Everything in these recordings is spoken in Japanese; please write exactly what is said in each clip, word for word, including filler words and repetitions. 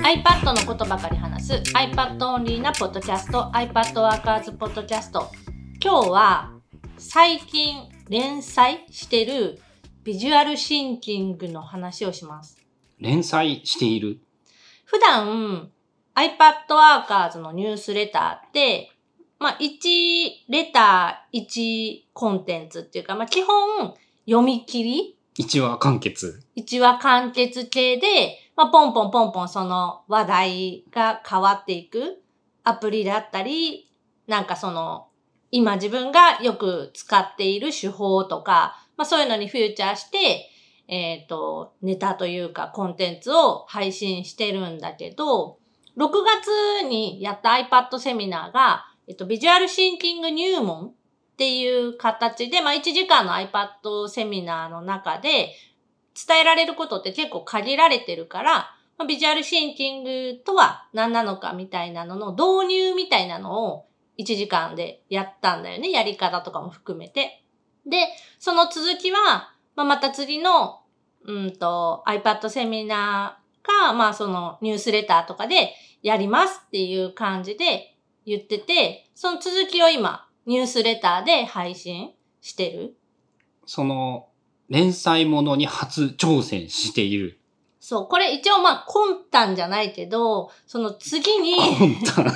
iPad のことばかり話す iPad オンリーなポッドキャスト iPad ワーカーズポッドキャスト。今日は最近連載してるビジュアルシンキングの話をします。 連載している？ 普段 iPad ワーカーズのニュースレターってまあいちレターいちコンテンツっていうか、まあ基本読み切りいちわ完結。 いちわ完結系で、まあ、ポンポンポンポンその話題が変わっていくアプリだったり、なんかその、今自分がよく使っている手法とか、まあそういうのにフューチャーして、えっと、ネタというかコンテンツを配信してるんだけど、ろくがつにやった iPad セミナーが、えっと、ビジュアルシンキング入門っていう形で、まあいちじかんの iPad セミナーの中で伝えられることって結構限られてるから、まあ、ビジュアルシンキングとは何なのかみたいなのの導入みたいなのをいちじかんでやったんだよね。やり方とかも含めて。で、その続きは、まあ、また次の、うんと、iPad セミナーか、まあそのニュースレターとかでやりますっていう感じで言ってて、その続きを今、ニュースレターで配信してる。 その、連載ものに初挑戦している。 そう、これ一応まあ魂胆じゃないけど、その次に魂胆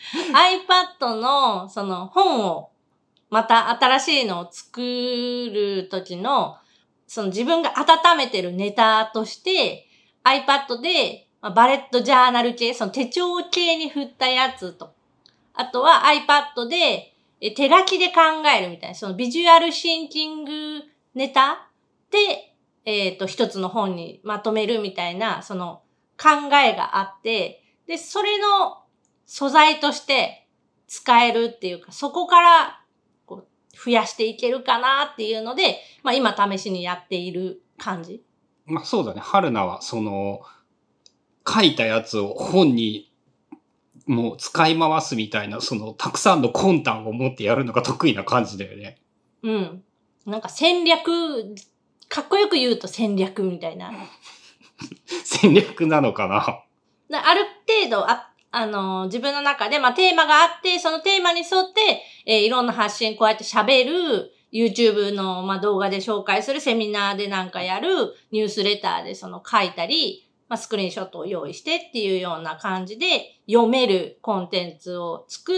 iPad のその本をまた新しいのを作る時のその自分が温めてるネタとして iPad で、まあ、バレットジャーナル系、その手帳系に振ったやつと、あとは iPad で手書きで考えるみたいな、そのビジュアルシンキングネタで、えっと、一つの本にまとめるみたいな、その考えがあって、で、それの素材として使えるっていうか、そこからこう増やしていけるかなっていうので、まあ今試しにやっている感じ。 まあそうだね。春菜はその、書いたやつを本にもう使い回すみたいな、そのたくさんの魂胆を持ってやるのが得意な感じだよね。 うん。なんか戦略、かっこよく言うと戦略みたいな。 戦略なのかな。 ある程度あ、あのー、自分の中で、まあ、テーマがあって、そのテーマに沿って、えー、いろんな発信、こうやって喋る、YouTube の、まあ、動画で紹介する、セミナーでなんかやる、ニュースレターでその書いたり、まあ、スクリーンショットを用意してっていうような感じで読めるコンテンツを作って、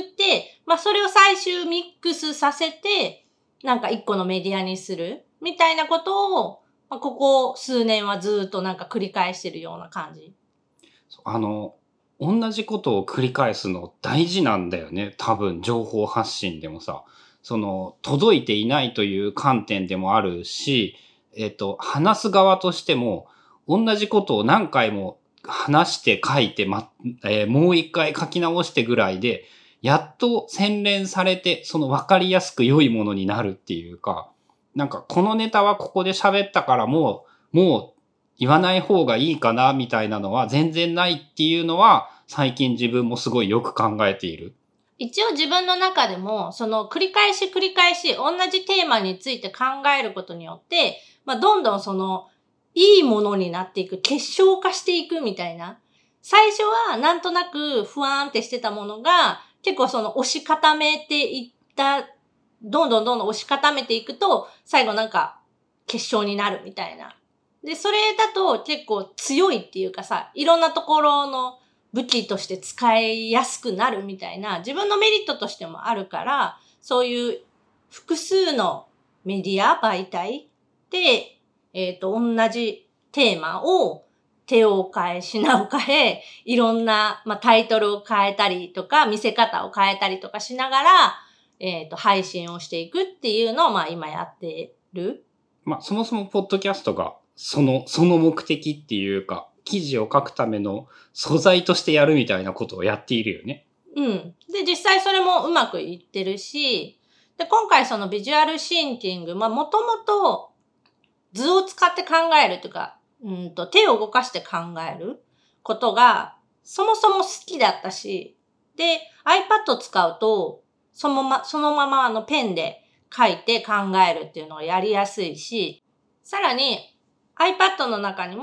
まあ、それを最終ミックスさせて、なんか一個のメディアにする、みたいなことを、まあ、ここ数年はずっとなんか繰り返してるような感じ。 あの、同じことを繰り返すの大事なんだよね。多分、情報発信でもさ。その、届いていないという観点でもあるし、えっと、話す側としても、同じことを何回も話して書いて、ま、えー、もう一回書き直してぐらいで、やっと洗練されて、その分かりやすく良いものになるっていうか、なんかこのネタはここで喋ったからもう、もう言わない方がいいかなみたいなのは全然ないっていうのは最近自分もすごいよく考えている。 一応自分の中でも、その繰り返し繰り返し同じテーマについて考えることによって、まあどんどんそのいいものになっていく、結晶化していくみたいな。最初はなんとなく不安ってしてたものが、結構その押し固めていった、どんどんどんどん押し固めていくと、最後なんか結晶になるみたいな。で、それだと結構強いっていうかさ、いろんなところの武器として使いやすくなるみたいな、自分のメリットとしてもあるから、そういう複数のメディア、媒体で、えっと、同じテーマを手を変え、品を変え、いろんな、まあ、タイトルを変えたりとか、見せ方を変えたりとかしながら、えっと、配信をしていくっていうのを、まあ、今やってる。 まあ、そもそもポッドキャストが、その、その目的っていうか、記事を書くための素材としてやるみたいなことをやっているよね。 うん。で、実際それもうまくいってるし、で、今回そのビジュアルシンキング、まあ、もともと図を使って考えるというか、うんと、手を動かして考えることが、そもそも好きだったし、で、iPad を使うと、そのまま、そのままあのペンで書いて考えるっていうのがやりやすいし、さらに iPad の中にも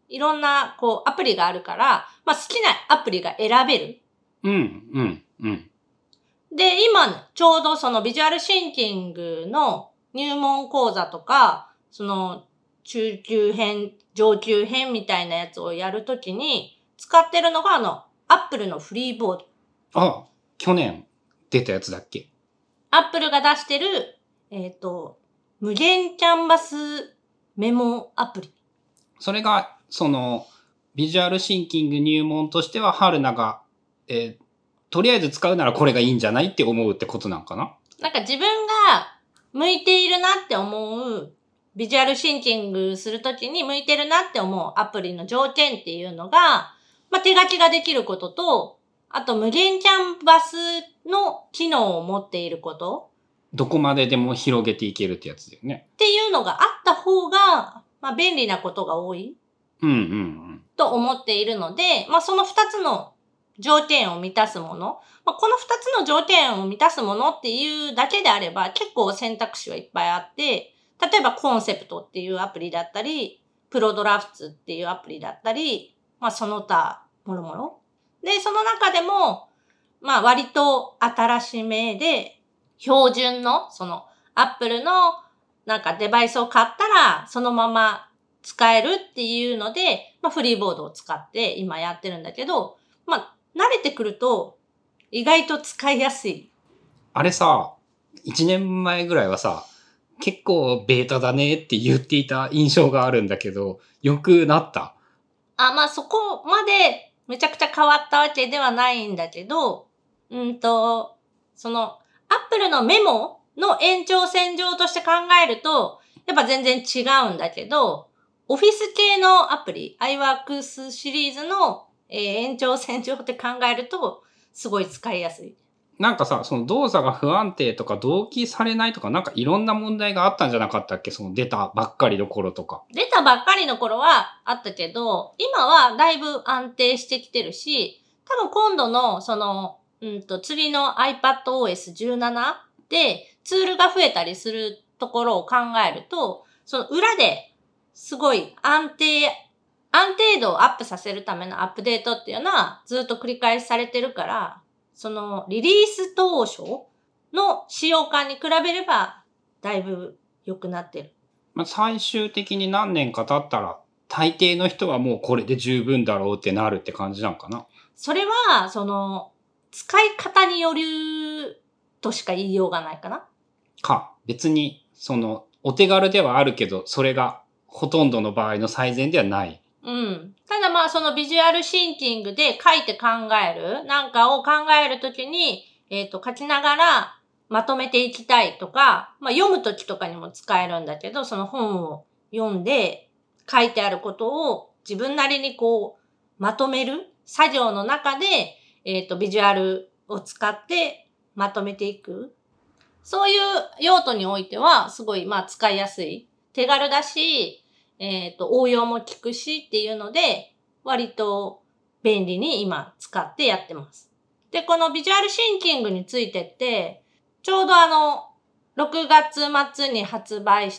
いろんな、こう、アプリがあるから、まあ、好きなアプリが選べる。 うん、うん、うん。 で、今、ちょうどそのビジュアルシンキングの入門講座とか、その中級編、上級編みたいなやつをやるときに使ってるのがあの、アップルのフリーボード。 あ、去年出たやつだっけ？ アップルが出してる、えっと、無限キャンバスメモアプリ。 それが、その、ビジュアルシンキング入門としては、春菜が、えーとりあえず使うならこれがいいんじゃないって思うってことなんかな？ なんか自分が向いているなって思う、ビジュアルシンキングするときに向いてるなって思うアプリの条件っていうのが、まあ、手書きができることと、あと無限キャンバスの機能を持っていること。 どこまででも広げていけるってやつだよね。 っていうのがあった方が、まあ、便利なことが多い。 うんうんうん。 と思っているので、まあ、その二つの条件を満たすもの。まあ、この二つの条件を満たすものっていうだけであれば結構選択肢はいっぱいあって、例えばコンセプトっていうアプリだったり、プロドラフツっていうアプリだったり、まあその他、もろもろ。で、その中でも、まあ割と新しめで、標準の、その、アップルのなんかデバイスを買ったら、そのまま使えるっていうので、まあフリーボードを使って今やってるんだけど、まあ慣れてくると意外と使いやすい。 あれさ、一年前ぐらいはさ、結構ベータだねって言っていた印象があるんだけど、よくなった？ あ、まあそこまでめちゃくちゃ変わったわけではないんだけど、うんと、その、アップルのメモの延長線上として考えると、やっぱ全然違うんだけど、オフィス系のアプリ、iWorks シリーズの、えー延長線上って考えると、すごい使いやすい。 なんかさ、その動作が不安定とか同期されないとかなんかいろんな問題があったんじゃなかったっけ？その出たばっかりの頃とか。 出たばっかりの頃はあったけど、今はだいぶ安定してきてるし、多分今度の、その、うんと、次の アイパッドオーエスじゅうなな でツールが増えたりするところを考えると、その裏ですごい安定、安定度をアップさせるためのアップデートっていうのはずっと繰り返しされてるから、そのリリース当初の使用感に比べればだいぶ良くなってる。 まあ、最終的に何年か経ったら、大抵の人はもうこれで十分だろうってなるって感じなのかな？ それは、その、使い方によるとしか言いようがないかな。 か、別に、その、お手軽ではあるけど、それがほとんどの場合の最善ではない。 うん。ただまあ、そのビジュアルシンキングで書いて考える、なんかを考えるときに、えっと、書きながらまとめていきたいとか、まあ、読むときとかにも使えるんだけど、その本を読んで書いてあることを自分なりにこう、まとめる作業の中で、えっと、ビジュアルを使ってまとめていく。そういう用途においては、すごい、まあ、使いやすい。手軽だし、えっと、応用も効くしっていうので、割と便利に今使ってやってます。で、このビジュアルシンキングについてって、ちょうどあの、ろくがつ末に発売した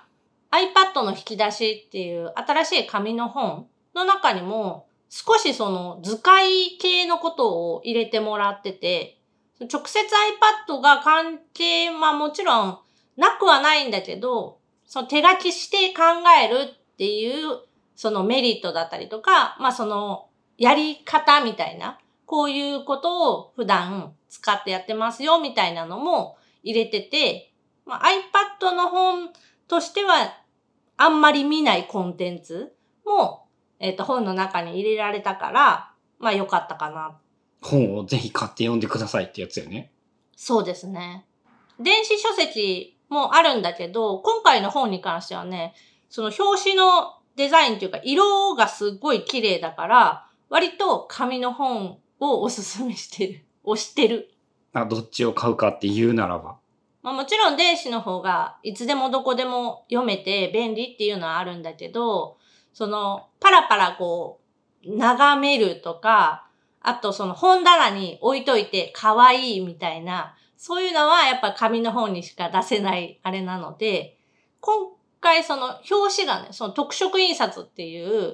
iPad の引き出しっていう新しい紙の本の中にも、少しその図解系のことを入れてもらってて、直接 iPad が関係、まあもちろんなくはないんだけど、その手書きして考えるっていう、そのメリットだったりとか、まあそのやり方みたいな、こういうことを普段使ってやってますよみたいなのも入れてて、まあ、iPad の本としてはあんまり見ないコンテンツも、えっと、本の中に入れられたから、まあ良かったかな。 本をぜひ買って読んでくださいってやつよね。 そうですね。電子書籍もあるんだけど、今回の本に関してはね、その表紙のデザインっていうか色がすっごい綺麗だから、割と紙の本をおすすめしてる。押してる。 あ、どっちを買うかって言うならば。 まあもちろん電子の方がいつでもどこでも読めて便利っていうのはあるんだけど、そのパラパラこう眺めるとか、あとその本棚に置いといて可愛いみたいな、そういうのはやっぱ紙の本にしか出せないあれなので、今回その表紙がね、その特色印刷っていう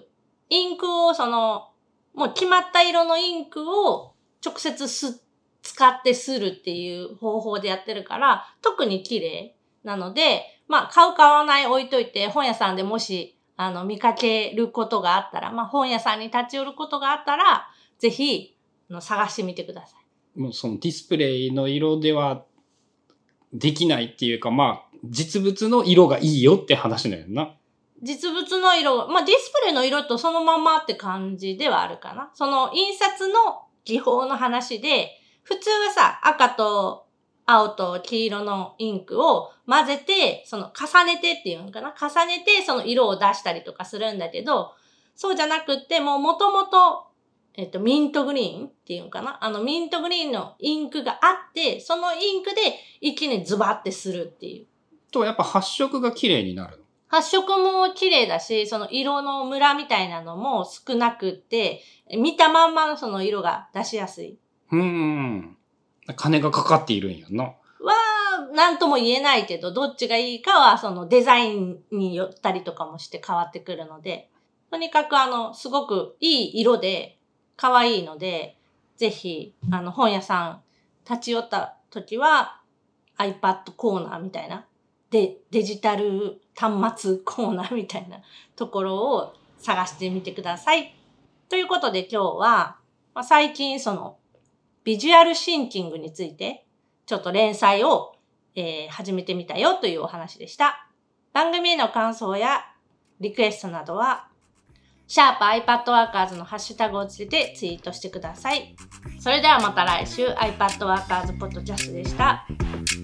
インクをその、もう決まった色のインクを直接す、使ってするっていう方法でやってるから、特に綺麗なので、まあ、買う買わない置いといて、本屋さんでもし、あの、見かけることがあったら、まあ、本屋さんに立ち寄ることがあったら、ぜひ、あの探してみてください。 もうそのディスプレイの色ではできないっていうか、まあ、実物の色がいいよって話なんやな。 実物の色、まあ、ディスプレイの色とそのままって感じではあるかな。その印刷の技法の話で、普通はさ、赤と青と黄色のインクを混ぜて、その重ねてっていうのかな。重ねてその色を出したりとかするんだけど、そうじゃなくって、もう元々、えっと、ミントグリーンっていうのかな。あの、ミントグリーンのインクがあって、そのインクで一気にズバってするっていう。 と、やっぱ発色が綺麗になるの。 発色も綺麗だし、その色のムラみたいなのも少なくって、見たまんまのその色が出しやすい。 うーん。金がかかっているんやな。 は、なんとも言えないけど、どっちがいいかは、そのデザインによったりとかもして変わってくるので、とにかくあの、すごくいい色で、可愛いので、ぜひ、あの、本屋さん立ち寄った時は、iPad コーナーみたいな、で、デジタル端末コーナーみたいなところを探してみてください。ということで今日は、まあ、最近その、ビジュアルシンキングについて、ちょっと連載を、えー、始めてみたよというお話でした。番組への感想やリクエストなどは、シャープ iPadWorkers のハッシュタグをつけてツイートしてください。それではまた来週 iPadWorkers ポッドキャストでした。